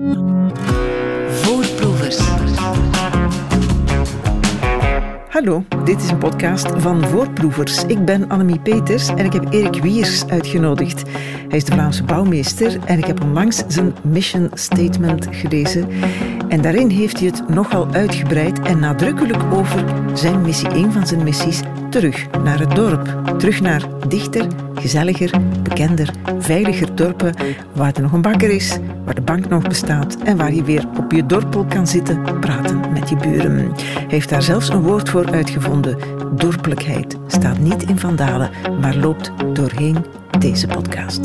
Voorproevers. Hallo, dit is een podcast van Voorproevers. Ik ben Annemie Peters en ik heb Erik Wiers uitgenodigd. Hij is de Vlaamse bouwmeester en ik heb onlangs zijn mission statement gelezen. En daarin heeft hij het nogal uitgebreid en nadrukkelijk over zijn missie, een van zijn missies, terug naar het dorp. Terug naar dichter, gezelliger, bekender, veiliger dorpen waar er nog een bakker is, waar de bank nog bestaat en waar je weer op je dorpel kan zitten praten met je buren. Hij heeft daar zelfs een woord voor uitgevonden. Dorpelijkheid staat niet in Vandalen, maar loopt doorheen deze podcast.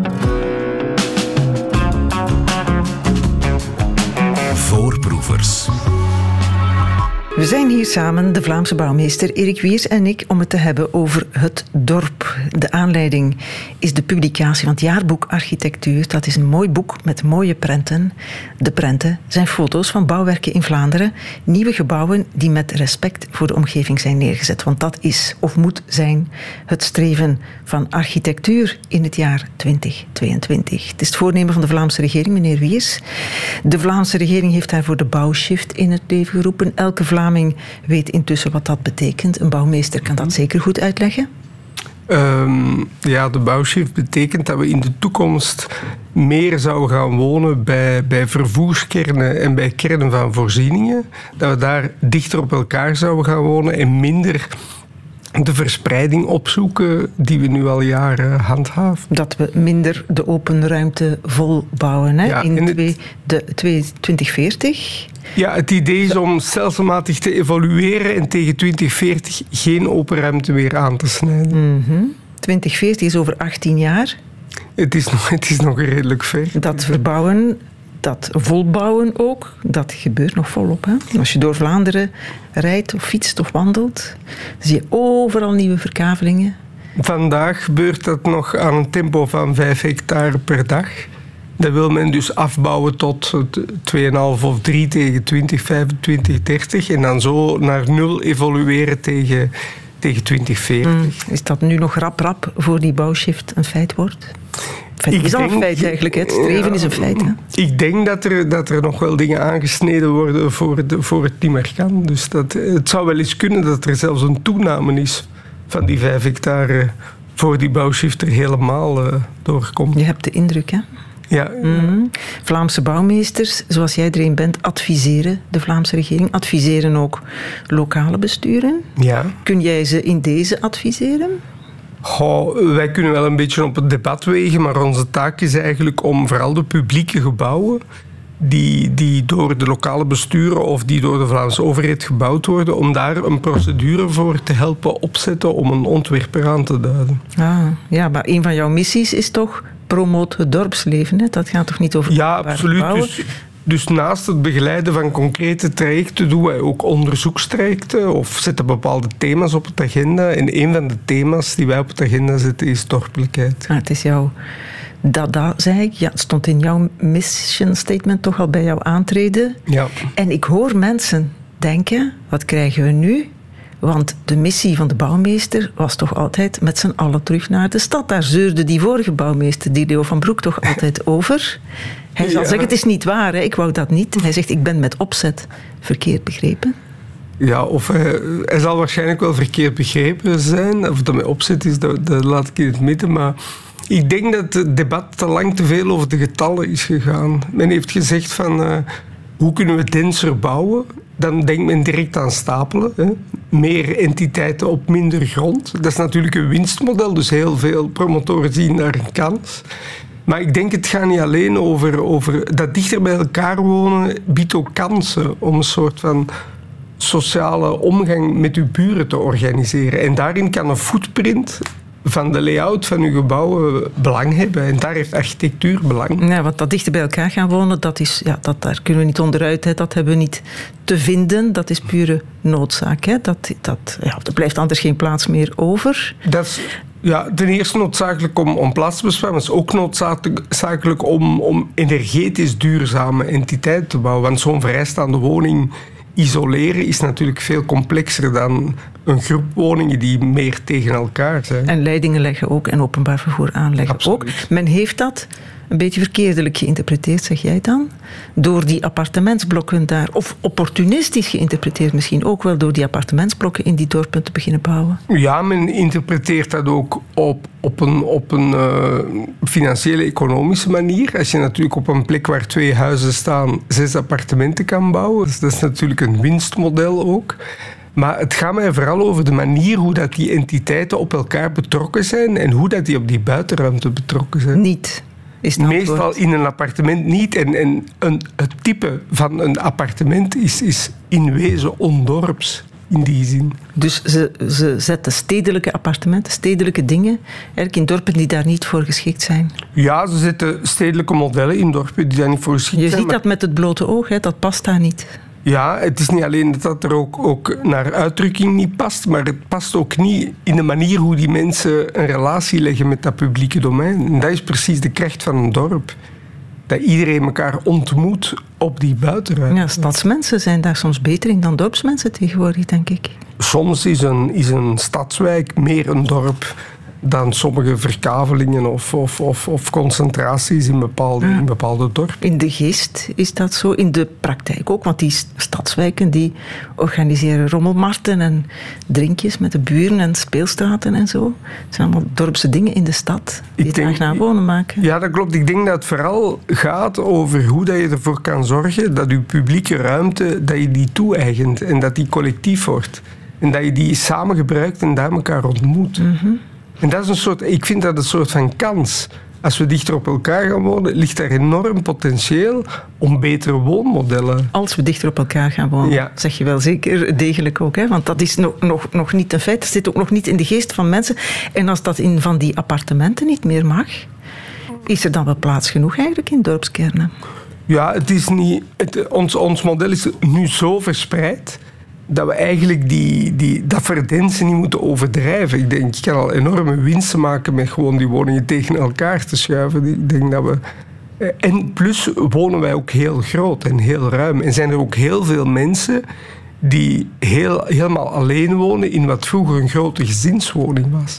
Voorproevers. We zijn hier samen, de Vlaamse bouwmeester Erik Wiers en ik, om het te hebben over het dorp. De aanleiding is de publicatie van het jaarboek Architectuur. Dat is een mooi boek met mooie prenten. De prenten zijn foto's van bouwwerken in Vlaanderen. Nieuwe gebouwen die met respect voor de omgeving zijn neergezet. Want dat is, of moet zijn, het streven van architectuur in het jaar 2022. Het is het voornemen van de Vlaamse regering, meneer Wiers. De Vlaamse regering heeft daarvoor de bouwshift in het leven geroepen. Elke Vlaming weet intussen wat dat betekent. Een bouwmeester kan dat zeker goed uitleggen. De bouwshift betekent dat we in de toekomst meer zouden gaan wonen bij vervoerskernen en bij kernen van voorzieningen. Dat we daar dichter op elkaar zouden gaan wonen en minder de verspreiding opzoeken die we nu al jaren handhaven. Dat we minder de open ruimte vol bouwen, hè? Ja, in 2040. Ja, het idee is om stelselmatig te evolueren en tegen 2040 geen open ruimte meer aan te snijden. 2040 is over 18 jaar. Het is nog redelijk ver. Dat verbouwen, dat volbouwen ook, dat gebeurt nog volop. Hè? Als je door Vlaanderen rijdt of fietst of wandelt, zie je overal nieuwe verkavelingen. Vandaag gebeurt dat nog aan een tempo van 5 hectare per dag. Dat wil men dus afbouwen tot 2,5 of 3 tegen 2025, 30 en dan zo naar 0 evolueren tegen 2040. Is dat nu nog rap voor die bouwshift een feit wordt? Het is al een feit eigenlijk, het streven is een feit. Hè? Ik denk dat er nog wel dingen aangesneden worden voor het niet meer kan. Dus het zou wel eens kunnen dat er zelfs een toename is van die 5 hectare voor die bouwshift er helemaal doorkomt. Je hebt de indruk, hè? Ja. Vlaamse bouwmeesters, zoals jij er een bent, adviseren de Vlaamse regering, adviseren ook lokale besturen. Ja. Kun jij ze in deze adviseren? Wij kunnen wel een beetje op het debat wegen, maar onze taak is eigenlijk om vooral de publieke gebouwen die door de lokale besturen of die door de Vlaamse overheid gebouwd worden, om daar een procedure voor te helpen opzetten om een ontwerper aan te duiden. Ja, maar een van jouw missies is toch promoot het dorpsleven, hè? Dat gaat toch niet over... Ja, absoluut. Dus naast het begeleiden van concrete trajecten doen wij ook onderzoekstrajecten of zetten bepaalde thema's op het agenda. En een van de thema's die wij op het agenda zetten is dorpelijkheid. Het is jouw dada, zei ik. Ja, het stond in jouw mission statement toch al bij jouw aantreden. Ja. En ik hoor mensen denken, wat krijgen we nu? Want de missie van de bouwmeester was toch altijd met z'n allen terug naar de stad. Daar zeurde die vorige bouwmeester, die Leo van Broek, toch altijd over. Hij zal zeggen, het is niet waar, hè? Ik wou dat niet. Hij zegt, ik ben met opzet verkeerd begrepen. Ja, of hij zal waarschijnlijk wel verkeerd begrepen zijn. Of dat met opzet is, dat laat ik in het midden. Maar ik denk dat het debat te lang te veel over de getallen is gegaan. Men heeft gezegd van, hoe kunnen we denser bouwen? Dan denkt men direct aan stapelen. Hè. Meer entiteiten op minder grond. Dat is natuurlijk een winstmodel, dus heel veel promotoren zien daar een kans. Maar ik denk, het gaat niet alleen over dat dichter bij elkaar wonen biedt ook kansen om een soort van sociale omgang met uw buren te organiseren. En daarin kan een footprint van de layout van uw gebouwen belang hebben. En daar heeft architectuur belang. Ja, want dat dichter bij elkaar gaan wonen, daar kunnen we niet onderuit. Hè. Dat hebben we niet te vinden. Dat is pure noodzaak. Hè. Er blijft anders geen plaats meer over. Dat is ten eerste noodzakelijk om plaats te besparen. Maar het is ook noodzakelijk om energetisch duurzame entiteiten te bouwen. Want zo'n vrijstaande woning isoleren is natuurlijk veel complexer dan een groep woningen die meer tegen elkaar zijn. En leidingen leggen ook en openbaar vervoer aanleggen. Absoluut. Ook. Men heeft dat een beetje verkeerdelijk geïnterpreteerd, zeg jij dan? Door die appartementsblokken daar, of opportunistisch geïnterpreteerd misschien ook wel door die appartementsblokken in die dorpen te beginnen bouwen? Ja, men interpreteert dat ook op een financiële, economische manier. Als je natuurlijk op een plek waar 2 huizen staan 6 appartementen kan bouwen, dus dat is natuurlijk een winstmodel ook. Maar het gaat mij vooral over de manier hoe dat die entiteiten op elkaar betrokken zijn en hoe dat die op die buitenruimte betrokken zijn. Niet. Is het meestal antwoord. in een appartement niet. En het type van een appartement is in wezen ondorps in die zin. Dus ze zetten stedelijke appartementen, stedelijke dingen, eigenlijk in dorpen die daar niet voor geschikt zijn. Ja, ze zetten stedelijke modellen in dorpen die daar niet voor geschikt Je zijn. ziet dat met het blote oog, hè, dat past daar niet. Ja, het is niet alleen dat dat er ook naar uitdrukking niet past, maar het past ook niet in de manier hoe die mensen een relatie leggen met dat publieke domein. En dat is precies de kracht van een dorp. Dat iedereen elkaar ontmoet op die buitenruimte. Ja, stadsmensen zijn daar soms beter in dan dorpsmensen tegenwoordig, denk ik. Soms is een stadswijk meer een dorp dan sommige verkavelingen of concentraties in bepaalde dorpen. In de geest is dat zo, in de praktijk ook. Want die stadswijken die organiseren rommelmarkten en drinkjes met de buren en speelstraten en zo. Het zijn allemaal dorpse dingen in de stad die het aangenaam wonen maken. Ja, dat klopt. Ik denk dat het vooral gaat over hoe dat je ervoor kan zorgen dat je publieke ruimte dat je die toe-eigent en dat die collectief wordt. En dat je die samen gebruikt en daar elkaar ontmoet. Mm-hmm. En dat is ik vind dat een soort van kans. Als we dichter op elkaar gaan wonen, ligt daar enorm potentieel om betere woonmodellen. Als we dichter op elkaar gaan wonen, ja. Zeg je wel zeker degelijk ook. Hè? Want dat is nog niet een feit. Dat zit ook nog niet in de geest van mensen. En als dat in van die appartementen niet meer mag, is er dan wel plaats genoeg eigenlijk in dorpskernen? Ja, het is niet... Ons model is nu zo verspreid dat we eigenlijk dat verdensen niet moeten overdrijven. Ik denk, je kan al enorme winsten maken met gewoon die woningen tegen elkaar te schuiven. Ik denk dat we... En plus wonen wij ook heel groot en heel ruim. En zijn er ook heel veel mensen die helemaal alleen wonen in wat vroeger een grote gezinswoning was.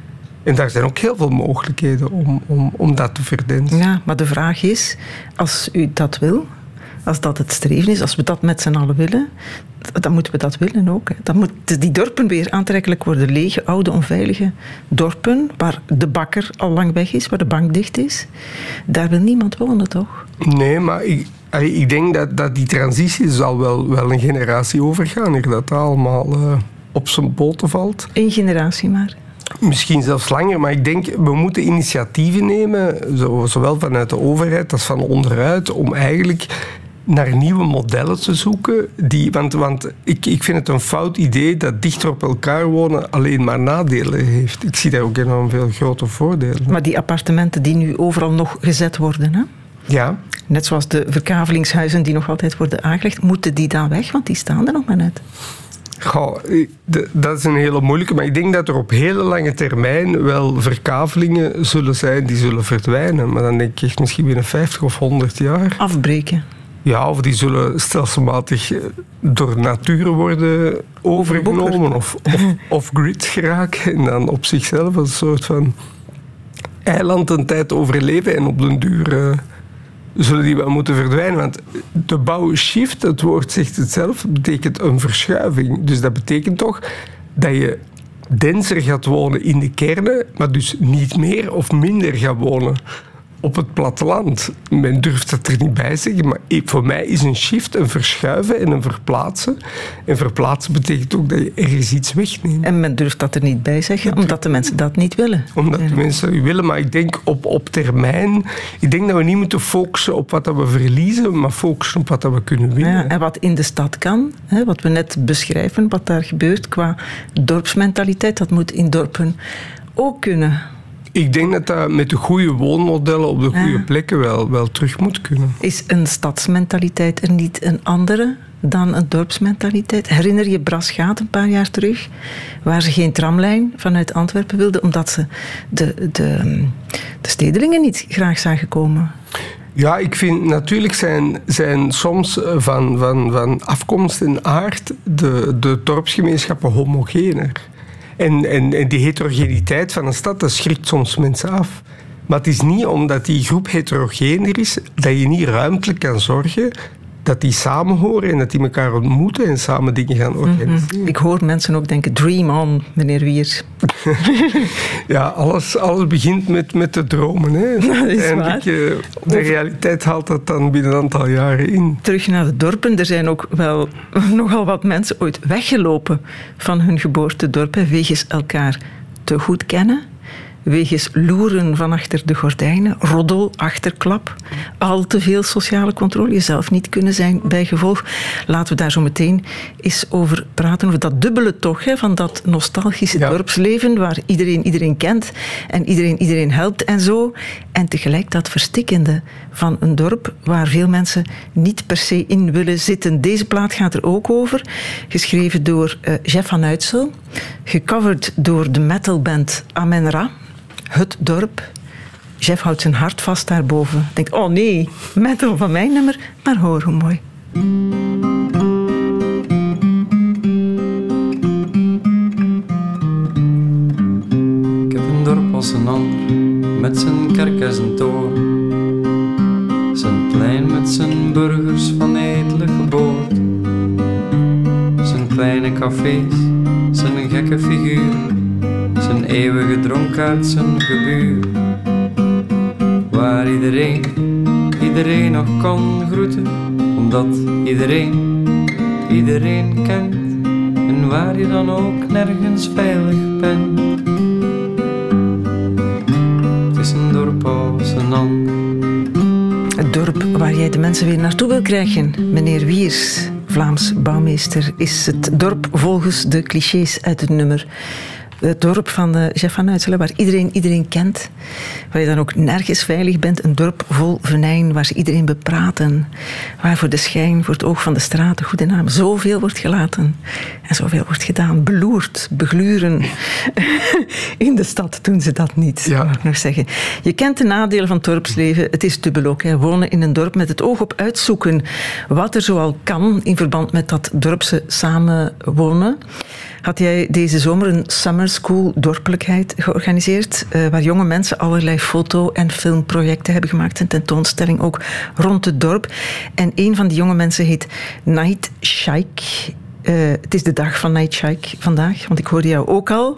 En daar zijn ook heel veel mogelijkheden om dat te verdensen. Ja, maar de vraag is, als u dat wil, als dat het streven is, als we dat met z'n allen willen, dan moeten we dat willen ook. Hè. Dan moeten die dorpen weer aantrekkelijk worden. Lege, oude, onveilige dorpen, waar de bakker al lang weg is, waar de bank dicht is. Daar wil niemand wonen, toch? Nee, maar ik denk dat die transitie zal wel een generatie overgaan. Dat dat allemaal op zijn poten valt. 1 generatie maar. Misschien zelfs langer, maar ik denk, we moeten initiatieven nemen, zowel vanuit de overheid als van onderuit, om eigenlijk naar nieuwe modellen te zoeken. Want ik vind het een fout idee dat dichter op elkaar wonen alleen maar nadelen heeft. Ik zie daar ook enorm veel grote voordelen. Maar die appartementen die nu overal nog gezet worden, hè? Ja. Net zoals de verkavelingshuizen die nog altijd worden aangelegd, moeten die dan weg? Want die staan er nog maar net. Goh, dat is een hele moeilijke, maar ik denk dat er op hele lange termijn wel verkavelingen zullen zijn die zullen verdwijnen. Maar dan denk ik echt misschien binnen 50 of 100 jaar. Afbreken. Ja, of die zullen stelselmatig door natuur worden overgenomen of grid geraken en dan op zichzelf een soort van eiland een tijd overleven en op den duur zullen die wel moeten verdwijnen. Want de bouw shift, het woord zegt het zelf, betekent een verschuiving. Dus dat betekent toch dat je denser gaat wonen in de kernen, maar dus niet meer of minder gaat wonen op het platteland. Men durft dat er niet bij zeggen, maar voor mij is een shift een verschuiven en een verplaatsen. En verplaatsen betekent ook dat je ergens iets wegneemt. En men durft dat er niet bij zeggen, omdat de mensen dat niet willen. Omdat de mensen dat niet willen, maar ik denk op termijn, ik denk dat we niet moeten focussen op wat we verliezen, maar focussen op wat we kunnen winnen. Ja, en wat in de stad kan, hè, wat we net beschrijven, wat daar gebeurt qua dorpsmentaliteit, dat moet in dorpen ook kunnen. Ik denk dat met de goede woonmodellen op de goede plekken wel terug moet kunnen. Is een stadsmentaliteit er niet een andere dan een dorpsmentaliteit? Herinner je Brasgaat een paar jaar terug, waar ze geen tramlijn vanuit Antwerpen wilden, omdat ze de stedelingen niet graag zagen komen? Ja, ik vind natuurlijk zijn soms van afkomst en aard de dorpsgemeenschappen homogener. En die heterogeniteit van een stad, dat schrikt soms mensen af. Maar het is niet omdat die groep heterogener is, dat je niet ruimtelijk kan zorgen dat die samenhoren en dat die elkaar ontmoeten en samen dingen gaan organiseren. Ik hoor mensen ook denken, dream on, meneer Wiers. Ja, alles begint met de dromen. Hè. Uiteindelijk, de realiteit haalt dat dan binnen een aantal jaren in. Terug naar de dorpen. Er zijn ook wel nogal wat mensen ooit weggelopen van hun geboortedorp, wegens elkaar te goed kennen. Wegens loeren van achter de gordijnen, roddel, achterklap, al te veel sociale controle, jezelf niet kunnen zijn bij gevolg. Laten we daar zo meteen eens over praten, over dat dubbele toch, van dat nostalgische dorpsleven waar iedereen kent en iedereen helpt en zo. En tegelijk dat verstikkende van een dorp waar veel mensen niet per se in willen zitten. Deze plaat gaat er ook over, geschreven door Jeff van Uytsel, gecoverd door de metalband Amen Ra. Het dorp. Jeff houdt zijn hart vast daarboven. Denkt, oh nee, metal van mijn nummer. Maar hoor hoe mooi. Ik heb een dorp als een ander, met zijn kerk en zijn toren. Zijn plein met zijn burgers van edele geboorte. Zijn kleine cafés, zijn gekke figuren. Zijn eeuwige dronkaard, zijn gebuur. Waar iedereen nog kan groeten. Omdat iedereen kent. En waar je dan ook nergens veilig bent. Het is een dorp als een ander. Het dorp waar jij de mensen weer naartoe wil krijgen, meneer Wiers, Vlaams bouwmeester, is het dorp volgens de clichés uit het nummer. Het dorp van Jeff van Uytsel, waar iedereen kent. Waar je dan ook nergens veilig bent. Een dorp vol venijn, waar ze iedereen bepraten. Waar voor de schijn, voor het oog van de straat, de goede naam, zoveel wordt gelaten. En zoveel wordt gedaan. Beloerd, begluren. In de stad doen ze dat niet, mag ik nog zeggen. Je kent de nadelen van het dorpsleven. Het is dubbel ook. Wonen in een dorp met het oog op uitzoeken. Wat er zoal kan in verband met dat dorpse samenwonen. Had jij deze zomer een summer school dorpelijkheid georganiseerd, waar jonge mensen allerlei foto- en filmprojecten hebben gemaakt, een tentoonstelling ook rond het dorp. En een van die jonge mensen heet Nahid Shaikh. Het is de dag van Nahid Shaikh vandaag, want ik hoorde jou ook al,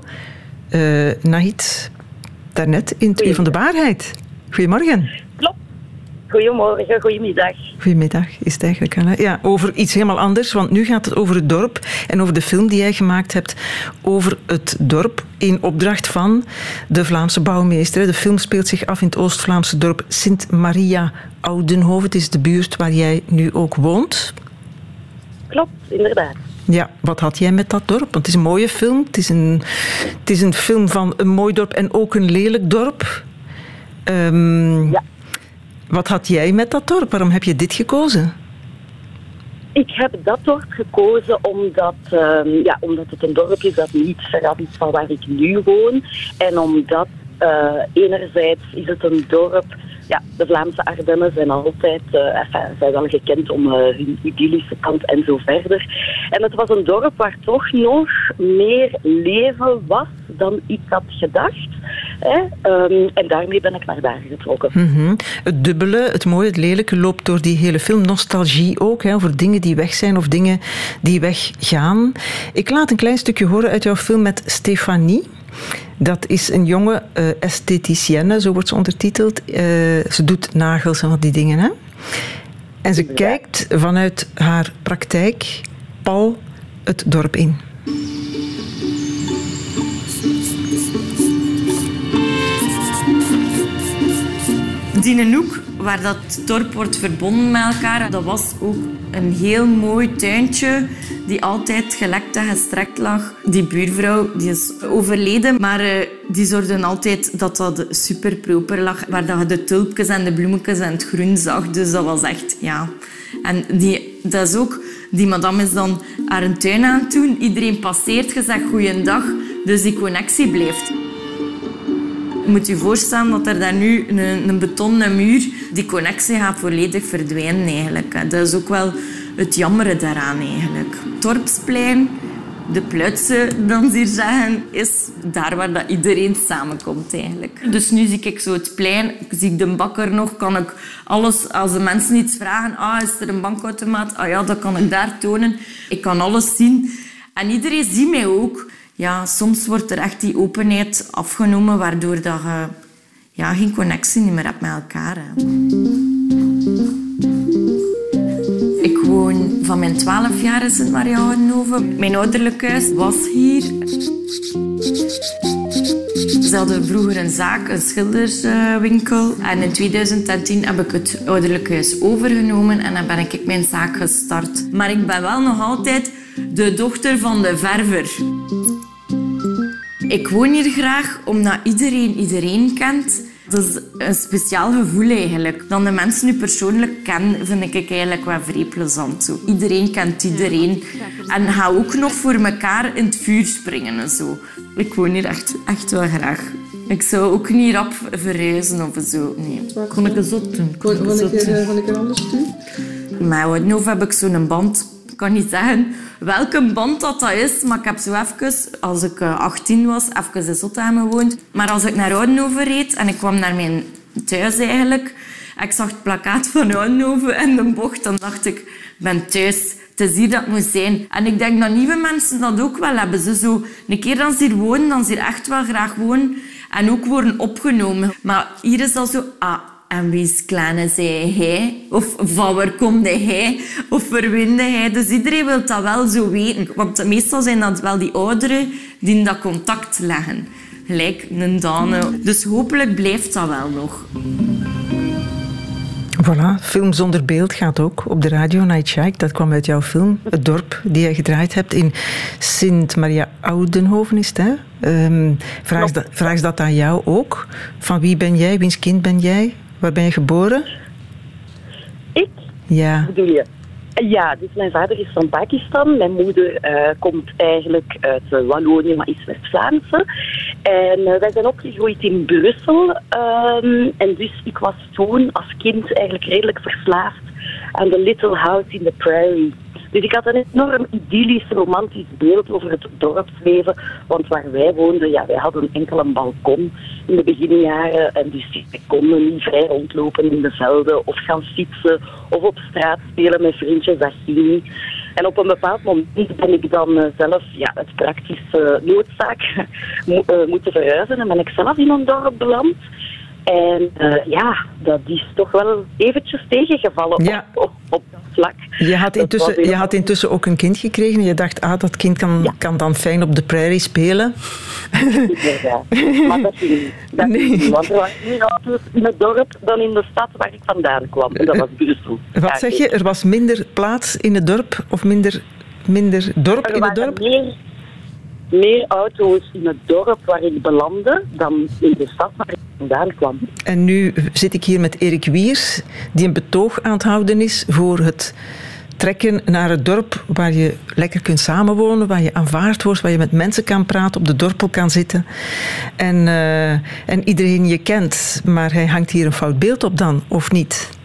Nahid, daarnet in Twee van de Waarheid. Goedemorgen. Klopt. Goedemorgen, goedemiddag. Goedemiddag is het eigenlijk al. Ja, over iets helemaal anders, want nu gaat het over het dorp en over de film die jij gemaakt hebt over het dorp in opdracht van de Vlaamse bouwmeester. De film speelt zich af in het Oost-Vlaamse dorp Sint-Maria-Oudenhoven. Het is de buurt waar jij nu ook woont. Klopt, inderdaad. Ja, wat had jij met dat dorp? Want het is een mooie film. Het is een film van een mooi dorp en ook een lelijk dorp. Ja. Wat had jij met dat dorp? Waarom heb je dit gekozen? Ik heb dat dorp gekozen omdat het een dorp is dat niet ver af is van waar ik nu woon. En omdat enerzijds is het een dorp... Ja, de Vlaamse Ardennen zijn altijd zijn wel gekend om hun idyllische kant en zo verder. En het was een dorp waar toch nog meer leven was dan ik had gedacht. En daarmee ben ik naar daar getrokken. Mm-hmm. Het dubbele, het mooie, het lelijke loopt door die hele film. Nostalgie ook, over dingen die weg zijn of dingen die weggaan. Ik laat een klein stukje horen uit jouw film met Stefanie. Dat is een jonge estheticienne, zo wordt ze ondertiteld. Ze doet nagels en wat die dingen. Hè? En ze kijkt vanuit haar praktijk pal het dorp in. Die hoek waar dat dorp wordt verbonden met elkaar, dat was ook een heel mooi tuintje die altijd gelekt en gestrekt lag. Die buurvrouw die is overleden, maar die zorgde altijd dat dat super proper lag, waar dat je de tulpjes en de bloemetjes en het groen zag. Dus dat was echt, ja. En dat is ook, die madame is dan haar een tuin aan het doen. Iedereen passeert, gezegd goeiedag, dus die connectie blijft. Je moet je voorstellen dat er daar nu een betonnen muur, die connectie gaat volledig verdwijnen eigenlijk. Dat is ook wel het jammere daaraan eigenlijk. Het Dorpsplein De Pluitse, dan ze hier zeggen, is daar waar dat iedereen samenkomt eigenlijk. Dus nu zie ik zo het plein, zie ik de bakker nog, kan ik alles, als de mensen iets vragen, is er een bankautomaat? Ja, dat kan ik daar tonen. Ik kan alles zien. En iedereen ziet mij ook. Ja, soms wordt er echt die openheid afgenomen, waardoor dat je geen connectie meer hebt met elkaar. Hè. Ik woon van mijn 12 jaar in Sint-Maria-Oudenhoven. Mijn ouderlijk huis was hier. Ze hadden vroeger een zaak, een schilderswinkel. En in 2010 heb ik het ouderlijk huis overgenomen en dan ben ik mijn zaak gestart. Maar ik ben wel nog altijd de dochter van de verver. Ik woon hier graag omdat iedereen kent. Dat is een speciaal gevoel eigenlijk. Dan de mensen nu persoonlijk kennen, vind ik eigenlijk wel vrij plezant. Zo. Iedereen kent iedereen. En ga ook nog voor elkaar in het vuur springen en zo. Ik woon hier echt wel graag. Ik zou ook niet rap verhuizen of zo. Nee. Kon ik het zo doen? Kon ik er anders doen? Met Oudenhoven heb ik zo'n band. Ik kan niet zeggen welke band dat is, maar ik heb zo even, als ik 18 was, even in Zottegem gewoond. Maar als ik naar Oudenhoven reed en ik kwam naar mijn thuis eigenlijk, ik zag het plakkaat van Oudenhoven in de bocht, dan dacht ik ben thuis. Het is hier dat het moet zijn. En ik denk dat nieuwe mensen dat ook wel hebben. Ze zo, een keer dat ze hier wonen, dan ze hier echt wel graag wonen en ook worden opgenomen. Maar hier is dat zo... En wie is kleine zei hij? Of van waar komt hij? Of verwinde hij? Dus iedereen wil dat wel zo weten. Want meestal zijn dat wel die ouderen die dat contact leggen. Gelijk een Dane. Dus hopelijk blijft dat wel nog. Voilà, Film zonder beeld gaat ook op de radio. Night Shike, dat kwam uit jouw film. Het dorp die je gedraaid hebt in Sint-Maria-Oudenhoven is het, hè? Vraag dat aan jou ook. Van wie ben jij? Wiens kind ben jij? Waar ben je geboren? Ik? Ja. Bedoel je? Ja, dus mijn vader is van Pakistan. Mijn moeder komt eigenlijk uit Wallonië, maar is West-Vlaamse. En wij zijn opgegroeid in Brussel. En dus ik was toen als kind eigenlijk redelijk verslaafd aan The Little House in the Prairie. Dus ik had een enorm idyllisch, romantisch beeld over het dorpsleven. Want waar wij woonden, wij hadden enkel een balkon in de beginjaren. En dus we konden niet vrij rondlopen in de velden of gaan fietsen of op straat spelen met vriendjes. Dat ging niet. En op een bepaald moment ben ik dan zelf uit praktische noodzaak moeten verhuizen. En ben ik zelf in een dorp beland. En dat is toch wel eventjes tegengevallen op dat vlak. Je had intussen ook een kind gekregen. Je dacht, dat kind kan dan fijn op de prairie spelen. Ja, maar dat ging niet. Want er was meer auto's in het dorp dan in de stad waar ik vandaan kwam. En dat was Brussel. Wat zeg je? Er was minder plaats in het dorp? Of minder dorp in het dorp? Meer auto's in het dorp waar ik belandde dan in de stad waar ik vandaan kwam. En nu zit ik hier met Erik Wiers, die een betoog aan het houden is voor het trekken naar het dorp waar je lekker kunt samenwonen, waar je aanvaard wordt, waar je met mensen kan praten, op de dorpel kan zitten en iedereen je kent. Maar hij hangt hier een fout beeld op dan, of niet?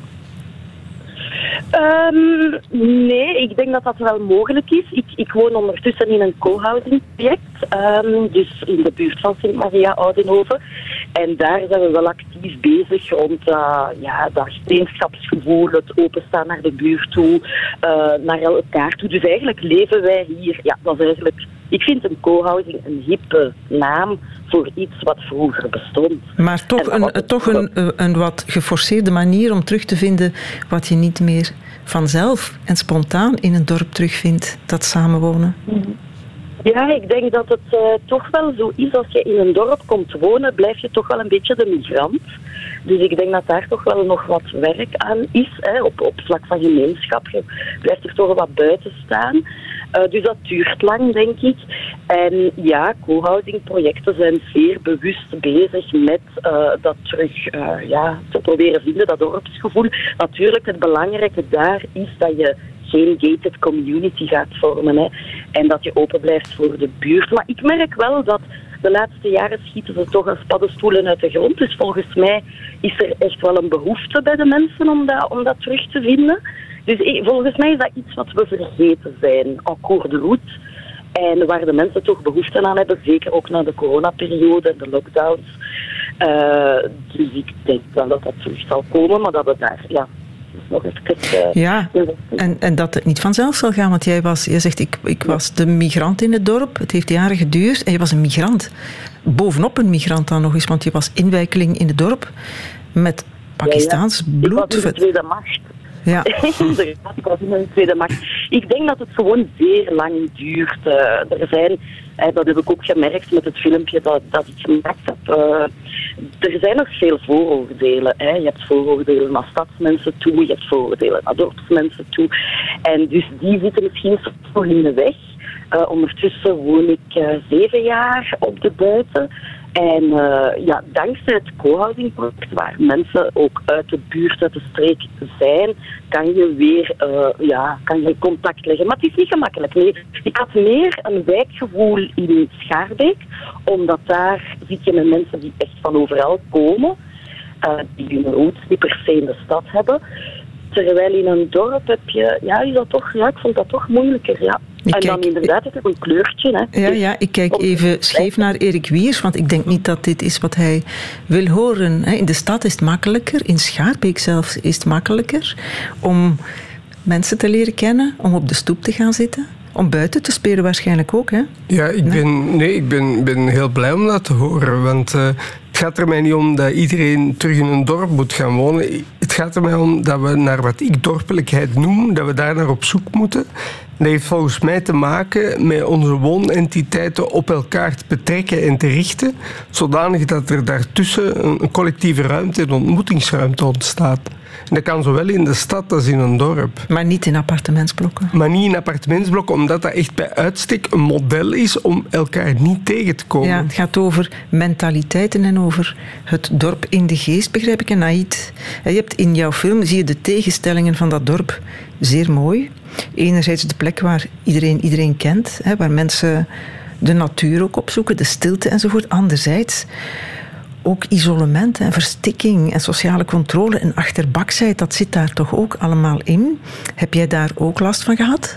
Nee, ik denk dat dat wel mogelijk is. Ik woon ondertussen in een co-housing project, dus in de buurt van Sint-Maria-Oudenhoven. En daar zijn we wel actief bezig rond dat gemeenschapsgevoel, het openstaan naar de buurt toe, naar elkaar toe. Dus eigenlijk leven wij hier, dat is eigenlijk... Ik vind een co-housing een hippe naam voor iets wat vroeger bestond. Maar toch een wat geforceerde manier om terug te vinden wat je niet meer vanzelf en spontaan in een dorp terugvindt, dat samenwonen. Ja, ik denk dat het toch wel zo is. Als je in een dorp komt wonen, blijf je toch wel een beetje de migrant. Dus ik denk dat daar toch wel nog wat werk aan is, op vlak van gemeenschap. Je blijft er toch wat buiten staan. Dus dat duurt lang, denk ik. En co-housing projecten zijn zeer bewust bezig met dat terug te proberen vinden, dat dorpsgevoel. Natuurlijk, het belangrijke daar is dat je geen gated community gaat vormen. Hè. En dat je open blijft voor de buurt. Maar ik merk wel dat de laatste jaren schieten ze toch als paddenstoelen uit de grond. Dus volgens mij is er echt wel een behoefte bij de mensen om dat terug te vinden. Dus volgens mij is dat iets wat we vergeten zijn, en cours de route. En waar de mensen toch behoefte aan hebben, zeker ook na de coronaperiode en de lockdowns. Dus ik denk wel dat dat terug zal komen, maar dat we daar nog even... En dat het niet vanzelf zal gaan, want jij zegt, ik was de migrant in het dorp, het heeft jaren geduurd en je was een migrant. Bovenop een migrant dan nog eens, want je was inwijkeling in het dorp met Pakistaans bloed. Ik was in de tweede macht. Ja. Inderdaad, ik was in de tweede macht. Ik denk dat het gewoon zeer lang duurt. Er zijn, dat heb ik ook gemerkt met het filmpje dat ik gemaakt heb, er zijn nog veel vooroordelen. Je hebt vooroordelen naar stadsmensen toe, je hebt vooroordelen naar dorpsmensen toe. En dus die zitten misschien nog in de weg. Ondertussen woon ik 7 jaar op de Buiten. En dankzij het co-housing-project, waar mensen ook uit de buurt, uit de streek zijn, kan je weer kan je contact leggen. Maar het is niet gemakkelijk. Nee, ik had meer een wijkgevoel in Schaarbeek, omdat daar zit je met mensen die echt van overal komen, die hun roots niet per se in de stad hebben. Terwijl in een dorp heb je, ik vond dat toch moeilijker, ja. Dan inderdaad is het een kleurtje. Hè. Ja, ik kijk even scheef naar Erik Wiers, want ik denk niet dat dit is wat hij wil horen. In de stad is het makkelijker, in Schaarbeek zelfs is het makkelijker om mensen te leren kennen, om op de stoep te gaan zitten. Om buiten te spelen waarschijnlijk ook, hè? Ja, ik ben heel blij om dat te horen, want het gaat er mij niet om dat iedereen terug in een dorp moet gaan wonen. Het gaat er mij om dat we naar wat ik dorpelijkheid noem, dat we daar naar op zoek moeten. Dat heeft volgens mij te maken met onze woonentiteiten op elkaar te betrekken en te richten, zodanig dat er daartussen een collectieve ruimte en ontmoetingsruimte ontstaat. En dat kan zowel in de stad als in een dorp. Maar niet in appartementsblokken. Maar niet in appartementsblokken, omdat dat echt bij uitstek een model is om elkaar niet tegen te komen. Ja, het gaat over mentaliteiten en over het dorp in de geest, begrijp ik. En Naïd, je hebt in jouw film, zie je de tegenstellingen van dat dorp zeer mooi. Enerzijds de plek waar iedereen kent, waar mensen de natuur ook opzoeken, de stilte enzovoort. Anderzijds ook isolement en verstikking en sociale controle en achterbaksheid, dat zit daar toch ook allemaal in. Heb jij daar ook last van gehad?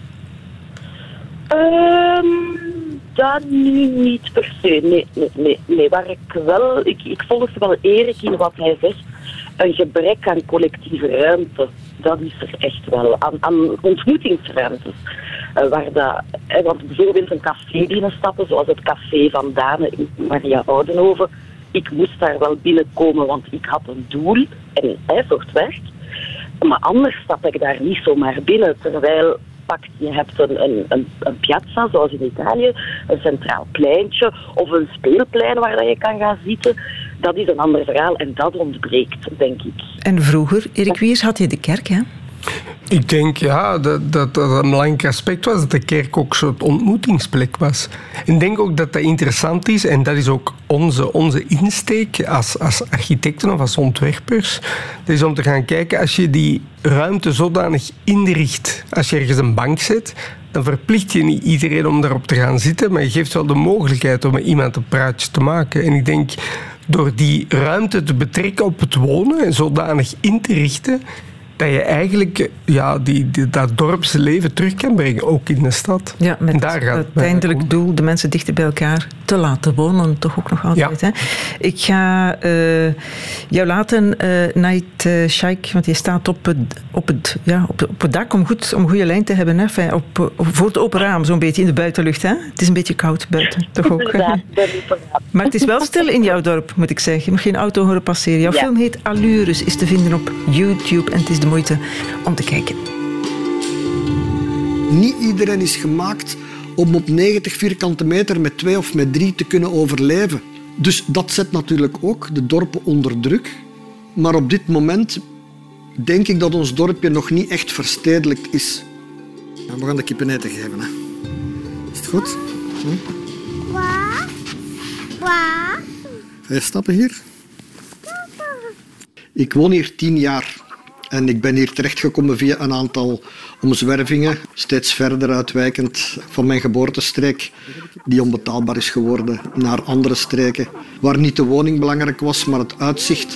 Dat nu niet per se. Nee. Waar ik volg wel Erik in wat hij zegt. Een gebrek aan collectieve ruimte. Dat is er echt wel. Aan ontmoetingsruimtes. Want bijvoorbeeld een café binnenstappen, zoals het café van Dane in Maria Oudenhoven. Ik moest daar wel binnenkomen, want ik had een doel en hij zocht werk. Maar anders stap ik daar niet zomaar binnen. Terwijl je hebt een piazza, zoals in Italië, een centraal pleintje of een speelplein waar je kan gaan zitten. Dat is een ander verhaal en dat ontbreekt, denk ik. En vroeger, Erik Wiers, had je de kerk, hè? Ik denk dat een belangrijk aspect was, dat de kerk ook zo'n ontmoetingsplek was. En ik denk ook dat dat interessant is, en dat is ook onze insteek als architecten of als ontwerpers. Dat is om te gaan kijken, als je die ruimte zodanig inricht, als je ergens een bank zet, dan verplicht je niet iedereen om daarop te gaan zitten, maar je geeft wel de mogelijkheid om met iemand een praatje te maken. En ik denk, door die ruimte te betrekken op het wonen en zodanig in te richten, dat je eigenlijk dat dorpsleven terug kan brengen, ook in de stad. Ja, met daar het uiteindelijk doel de mensen dichter bij elkaar te laten wonen, toch ook nog altijd. Ja. Hè? Ik ga jou laten, Naïd Shaikh, want je staat op het dak om een goede lijn te hebben, hè? Voor het open raam, zo'n beetje in de buitenlucht. Hè? Het is een beetje koud buiten, toch ook? Maar het is wel stil in jouw dorp, moet ik zeggen. Je moet geen auto horen passeren. Jouw film heet Allures, is te vinden op YouTube en het is de moeite om te kijken. Niet iedereen is gemaakt om op 90 vierkante meter met 2 of met 3 te kunnen overleven. Dus dat zet natuurlijk ook de dorpen onder druk. Maar op dit moment denk ik dat ons dorpje nog niet echt verstedelijkt is. Ja, we gaan de kippen eten geven. Hè. Is het goed? Ga je stappen hier? Ik woon hier 10 jaar. En ik ben hier terechtgekomen via een aantal omzwervingen, steeds verder uitwijkend van mijn geboortestreek, die onbetaalbaar is geworden, naar andere streken, waar niet de woning belangrijk was, maar het uitzicht.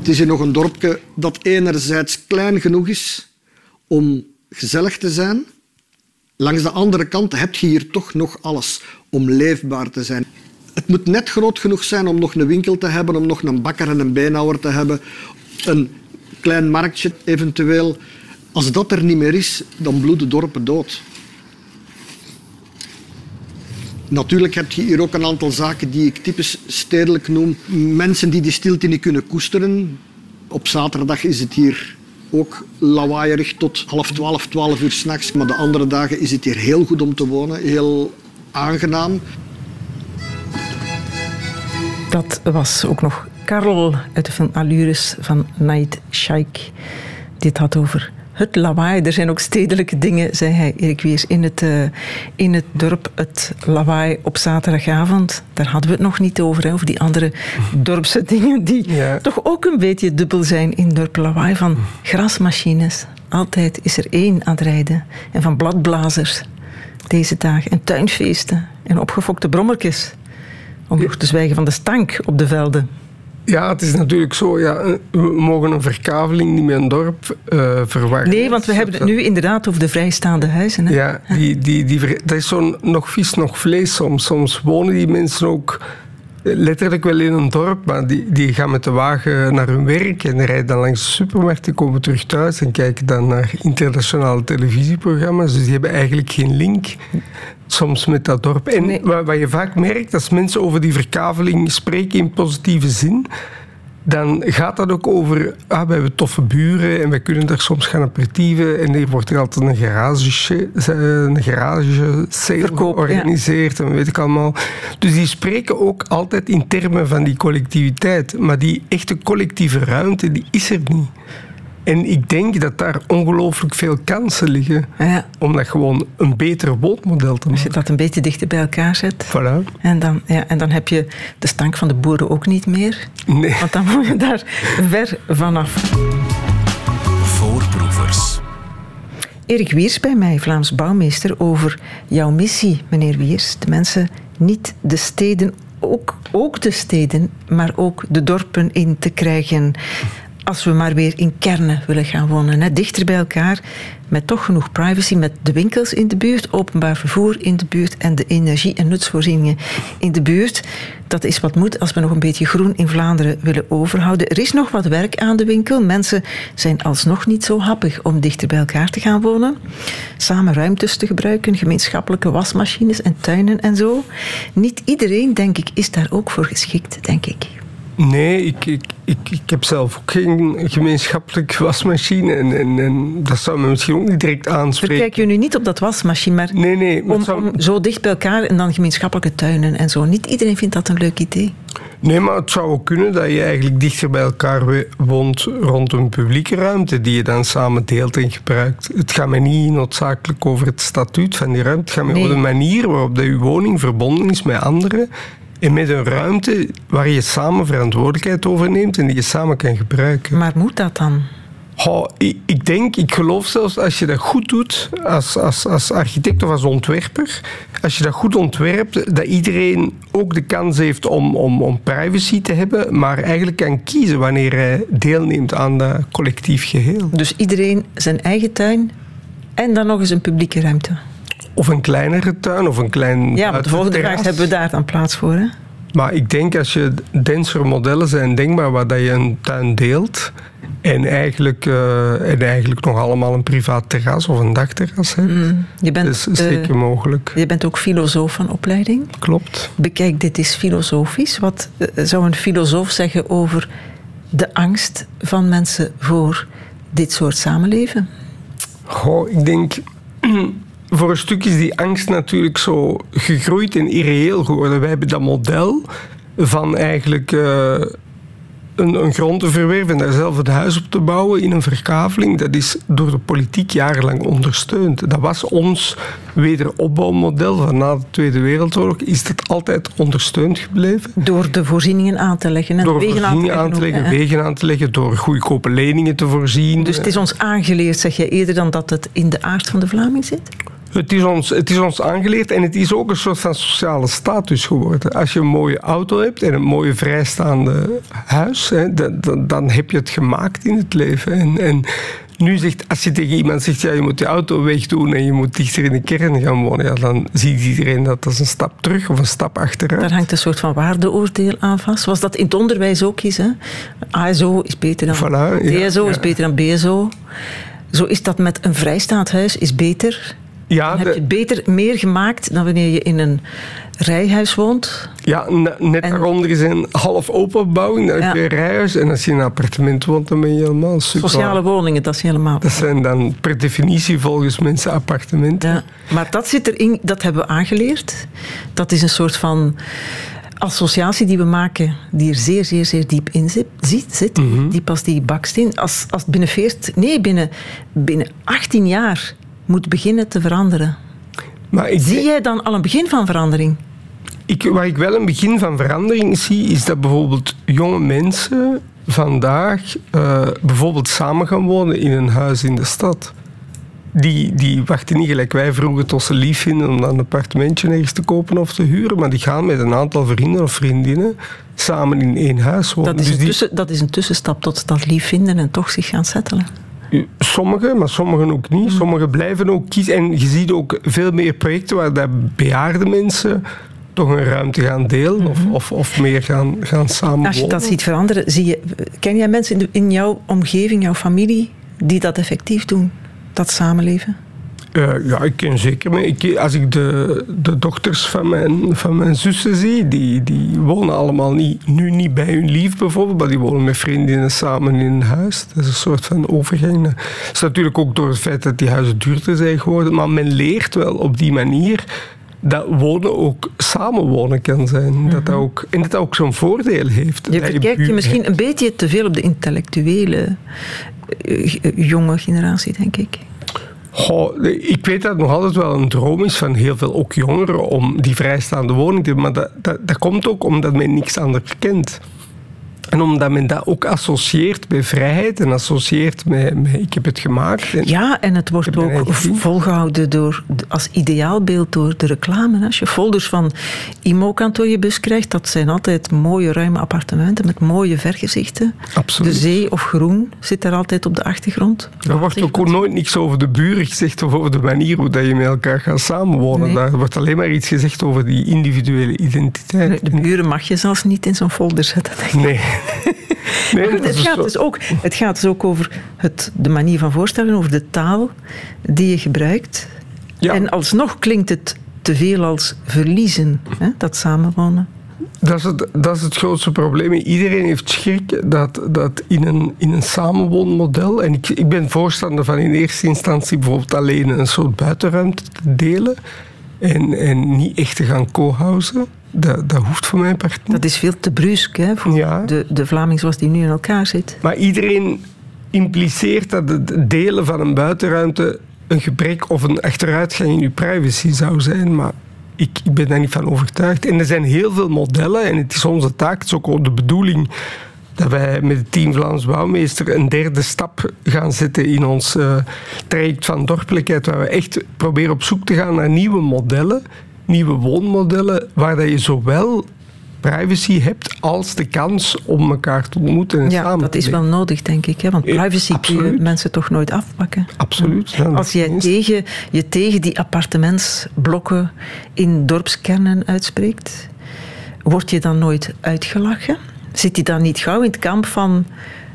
Het is hier nog een dorpje dat enerzijds klein genoeg is om gezellig te zijn. Langs de andere kant heb je hier toch nog alles om leefbaar te zijn. Het moet net groot genoeg zijn om nog een winkel te hebben, om nog een bakker en een beenhouwer te hebben. Een klein marktje eventueel. Als dat er niet meer is, dan bloeden dorpen dood. Natuurlijk heb je hier ook een aantal zaken die ik typisch stedelijk noem. Mensen die die stilte niet kunnen koesteren. Op zaterdag is het hier ook lawaaierig tot 11:30, 12 uur 's nachts. Maar de andere dagen is het hier heel goed om te wonen, heel aangenaam. Dat was ook nog Karel uit de film Allures van Naid Shaikh. Dit had over het lawaai. Er zijn ook stedelijke dingen, zei hij, Erik Wiers, in het dorp. Het lawaai op zaterdagavond, daar hadden we het nog niet over. Hè, over die andere dorpse dingen die toch ook een beetje dubbel zijn in het dorp. Lawaai van grasmachines. Altijd is er één aan het rijden. En van bladblazers deze dagen. En tuinfeesten. En opgefokte brommertjes. Om nog te zwijgen van de stank op de velden. Ja, het is natuurlijk zo. Ja, we mogen een verkaveling niet met een dorp verwarren. Nee, want we hebben het nu inderdaad over de vrijstaande huizen. Hè? Ja, dat is zo nog vis, nog vlees soms. Soms wonen die mensen ook letterlijk wel in een dorp, maar die gaan met de wagen naar hun werk en rijden dan langs de supermarkt, die komen terug thuis en kijken dan naar internationale televisieprogramma's. Dus die hebben eigenlijk geen link soms met dat dorp. En wat je vaak merkt, als mensen over die verkaveling spreken in positieve zin, dan gaat dat ook over, we hebben toffe buren en we kunnen daar soms gaan aperitieven en er wordt er altijd een garage sale georganiseerd en weet ik allemaal. Dus die spreken ook altijd in termen van die collectiviteit, maar die echte collectieve ruimte, die is er niet. En ik denk dat daar ongelooflijk veel kansen liggen om dat gewoon een beter woonmodel te maken. Als je dat een beetje dichter bij elkaar zet. Voilà. En dan heb je de stank van de boeren ook niet meer. Nee. Want dan moet je daar ver vanaf. Voorproevers. Erik Wiers bij mij, Vlaams bouwmeester, over jouw missie, meneer Wiers. De mensen, niet de steden, ook de steden, maar ook de dorpen in te krijgen. Als we maar weer in kernen willen gaan wonen. Hè. Dichter bij elkaar, met toch genoeg privacy, met de winkels in de buurt, openbaar vervoer in de buurt en de energie- en nutsvoorzieningen in de buurt. Dat is wat moet als we nog een beetje groen in Vlaanderen willen overhouden. Er is nog wat werk aan de winkel. Mensen zijn alsnog niet zo happig om dichter bij elkaar te gaan wonen. Samen ruimtes te gebruiken, gemeenschappelijke wasmachines en tuinen en zo. Niet iedereen, denk ik, is daar ook voor geschikt, denk ik. Nee, ik heb zelf ook geen gemeenschappelijke wasmachine en dat zou me misschien ook niet direct aanspreken. Kijk je nu niet op dat wasmachine, maar nee, om zo dicht bij elkaar en dan gemeenschappelijke tuinen en zo. Niet iedereen vindt dat een leuk idee. Nee, maar het zou ook kunnen dat je eigenlijk dichter bij elkaar woont rond een publieke ruimte die je dan samen deelt en gebruikt. Het gaat mij niet noodzakelijk over het statuut van die ruimte. Het gaat mij over de manier waarop je woning verbonden is met anderen. En met een ruimte waar je samen verantwoordelijkheid over neemt en die je samen kan gebruiken. Maar moet dat dan? Ik geloof zelfs als je dat goed doet, als architect of als ontwerper, als je dat goed ontwerpt, dat iedereen ook de kans heeft om privacy te hebben, maar eigenlijk kan kiezen wanneer hij deelneemt aan dat collectief geheel. Dus iedereen zijn eigen tuin en dan nog eens een publieke ruimte? Of een kleinere tuin, of een klein Ja, maar de volgende vraag, hebben we daar dan plaats voor, hè? Maar ik denk als je densere modellen zijn denkbaar waar dat je een tuin deelt en eigenlijk nog allemaal een privaat terras of een dakterras hebt. Dat is zeker mogelijk. Je bent ook filosoof van opleiding. Klopt. Bekijk dit eens filosofisch. Wat zou een filosoof zeggen over de angst van mensen voor dit soort samenleven? Ik denk... Voor een stuk is die angst natuurlijk zo gegroeid en irreëel geworden. Wij hebben dat model van eigenlijk een grond te verwerven en daar zelf het huis op te bouwen in een verkaveling. Dat is door de politiek jarenlang ondersteund. Dat was ons wederopbouwmodel van na de Tweede Wereldoorlog. Is dat altijd ondersteund gebleven? Door de voorzieningen aan te leggen. En door voorzieningen aan te leggen, wegen aan te leggen, door goedkope leningen te voorzien. Dus het is ons aangeleerd, zeg je, eerder dan dat het in de aard van de Vlaming zit? Het is ons aangeleerd en het is ook een soort van sociale status geworden. Als je een mooie auto hebt en een mooie vrijstaande huis, hè, dan heb je het gemaakt in het leven. En nu als je tegen iemand zegt, ja, je moet je auto wegdoen en je moet dichter in de kern gaan wonen, ja, dan ziet iedereen dat als een stap terug of een stap achteruit. Daar hangt een soort van waardeoordeel aan vast. Was dat in het onderwijs ook eens? Hè? ASO is beter dan DSO, is beter dan BSO. Zo is dat met een vrijstaand huis, is beter. Ja, dan heb je het beter meer gemaakt dan wanneer je in een rijhuis woont. Ja, net daaronder is een half openbouwing, dan heb je een rijhuis. En als je in een appartement woont, dan ben je helemaal super. Sociale woningen, dat is helemaal. Dat zijn dan per definitie volgens mensen appartementen. Ja, maar dat zit erin, dat hebben we aangeleerd. Dat is een soort van associatie die we maken, die er zeer, zeer, zeer diep in zit. Mm-hmm. Diep als die baksteen. Als binnen 18 jaar moet beginnen te veranderen. Zie jij dan al een begin van verandering? Waar ik wel een begin van verandering zie, is dat bijvoorbeeld jonge mensen vandaag bijvoorbeeld samen gaan wonen in een huis in de stad. Die wachten niet gelijk wij vroeger tot ze lief vinden om dan een appartementje ergens te kopen of te huren, maar die gaan met een aantal vrienden of vriendinnen samen in één huis wonen. Dat is een tussenstap tot dat lief vinden en toch zich gaan settelen. Sommigen, maar sommigen ook niet. Sommigen blijven ook kiezen. En je ziet ook veel meer projecten waar bejaarde mensen toch een ruimte gaan delen of meer gaan samenwonen. Als je dat ziet veranderen, ken jij mensen in jouw omgeving, jouw familie, die dat effectief doen? Dat samenleven? Ja, ik ken zeker. Als ik de dochters van mijn zussen zie, die wonen allemaal niet bij hun lief bijvoorbeeld, maar die wonen met vriendinnen samen in een huis. Dat is een soort van overgang. Dat is natuurlijk ook door het feit dat die huizen duurder zijn geworden, maar men leert wel op die manier dat wonen ook samenwonen kan zijn. Mm-hmm. Dat ook zo'n voordeel heeft. Je verkijkt je misschien een beetje te veel op de intellectuele jonge generatie, denk ik. Ik weet dat het nog altijd wel een droom is van heel veel ook jongeren om die vrijstaande woning te hebben, maar dat komt ook omdat men niks anders kent. En omdat men dat ook associeert met vrijheid en associeert met ik heb het gemaakt. En het wordt ook volgehouden als ideaalbeeld door de reclame. Als je folders van IMO-kant door je bus krijgt, dat zijn altijd mooie ruime appartementen met mooie vergezichten. Absoluut. De zee of groen zit daar altijd op de achtergrond. Er wordt ook nooit niks over de buren gezegd of over de manier hoe je met elkaar gaat samenwonen. Nee. Daar wordt alleen maar iets gezegd over die individuele identiteit. Nee, de buren mag je zelfs niet in zo'n folder zetten, denk ik. Nee. Nee, goed, het gaat dus ook over de manier van voorstellen, over de taal die je gebruikt. Ja. En alsnog klinkt het te veel als verliezen, hè, dat samenwonen. Dat is het grootste probleem. Iedereen heeft schrik dat in een samenwoonmodel, en ik ben voorstander van in eerste instantie bijvoorbeeld alleen een soort buitenruimte te delen en niet echt te gaan co-housen. Dat hoeft voor mijn part niet. Dat is veel te brusk, hè, voor de Vlaming zoals die nu in elkaar zit. Maar iedereen impliceert dat het delen van een buitenruimte een gebrek of een achteruitgang in je privacy zou zijn. Maar ik ben daar niet van overtuigd. En er zijn heel veel modellen en het is onze taak, het is ook de bedoeling dat wij met het team Vlaams Bouwmeester een derde stap gaan zetten in ons traject van dorpelijkheid, waar we echt proberen op zoek te gaan naar nieuwe modellen, nieuwe woonmodellen, waar dat je zowel privacy hebt als de kans om elkaar te ontmoeten en samen te dat is wel nodig, denk ik. Hè? Want privacy kun je mensen toch nooit afpakken. Absoluut. Ja, als je tegen die appartementsblokken in dorpskernen uitspreekt, word je dan nooit uitgelachen? Zit je dan niet gauw in het kamp van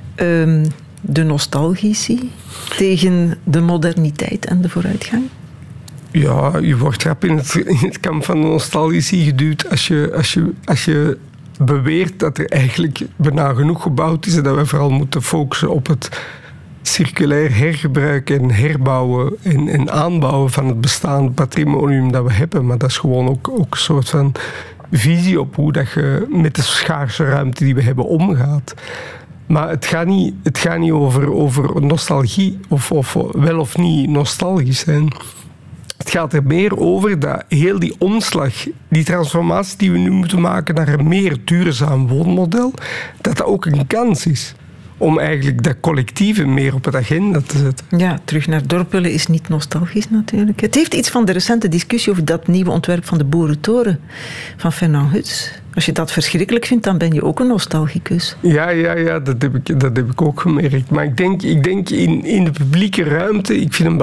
de nostalgici tegen de moderniteit en de vooruitgang? Ja, je wordt rap in het kamp van de nostalgici geduwd als je beweert dat er eigenlijk bijna genoeg gebouwd is en dat we vooral moeten focussen op het circulair hergebruiken en herbouwen en aanbouwen van het bestaande patrimonium dat we hebben. Maar dat is gewoon ook een soort van visie op hoe dat je met de schaarse ruimte die we hebben omgaat. Maar het gaat niet over nostalgie of wel of niet nostalgisch zijn. Het gaat er meer over dat heel die omslag, die transformatie die we nu moeten maken naar een meer duurzaam woonmodel, dat ook een kans is. om eigenlijk dat collectieve meer op het agenda te zetten. Ja, terug naar dorp willen is niet nostalgisch natuurlijk. Het heeft iets van de recente discussie over dat nieuwe ontwerp van de Boerentoren van Fernand Huts. Als je dat verschrikkelijk vindt, dan ben je ook een nostalgicus. Ja, dat heb ik ook gemerkt. Maar ik denk in de publieke ruimte, ik vind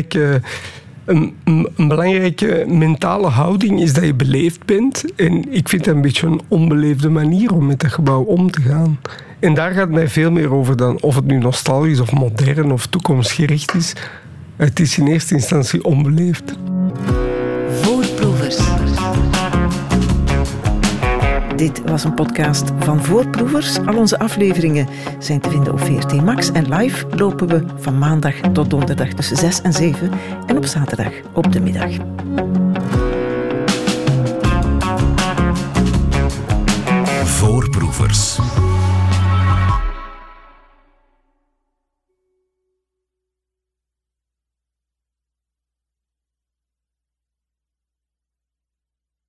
een belangrijke mentale houding is dat je beleefd bent. En ik vind dat een beetje een onbeleefde manier om met dat gebouw om te gaan. En daar gaat het mij veel meer over dan of het nu nostalgisch of modern of toekomstgericht is. Het is in eerste instantie onbeleefd. Voorproevers. Dit was een podcast van Voorproevers. Al onze afleveringen zijn te vinden op VRT Max. En live lopen we van maandag tot donderdag tussen 6 en 7. En op zaterdag op de middag. Voorproevers.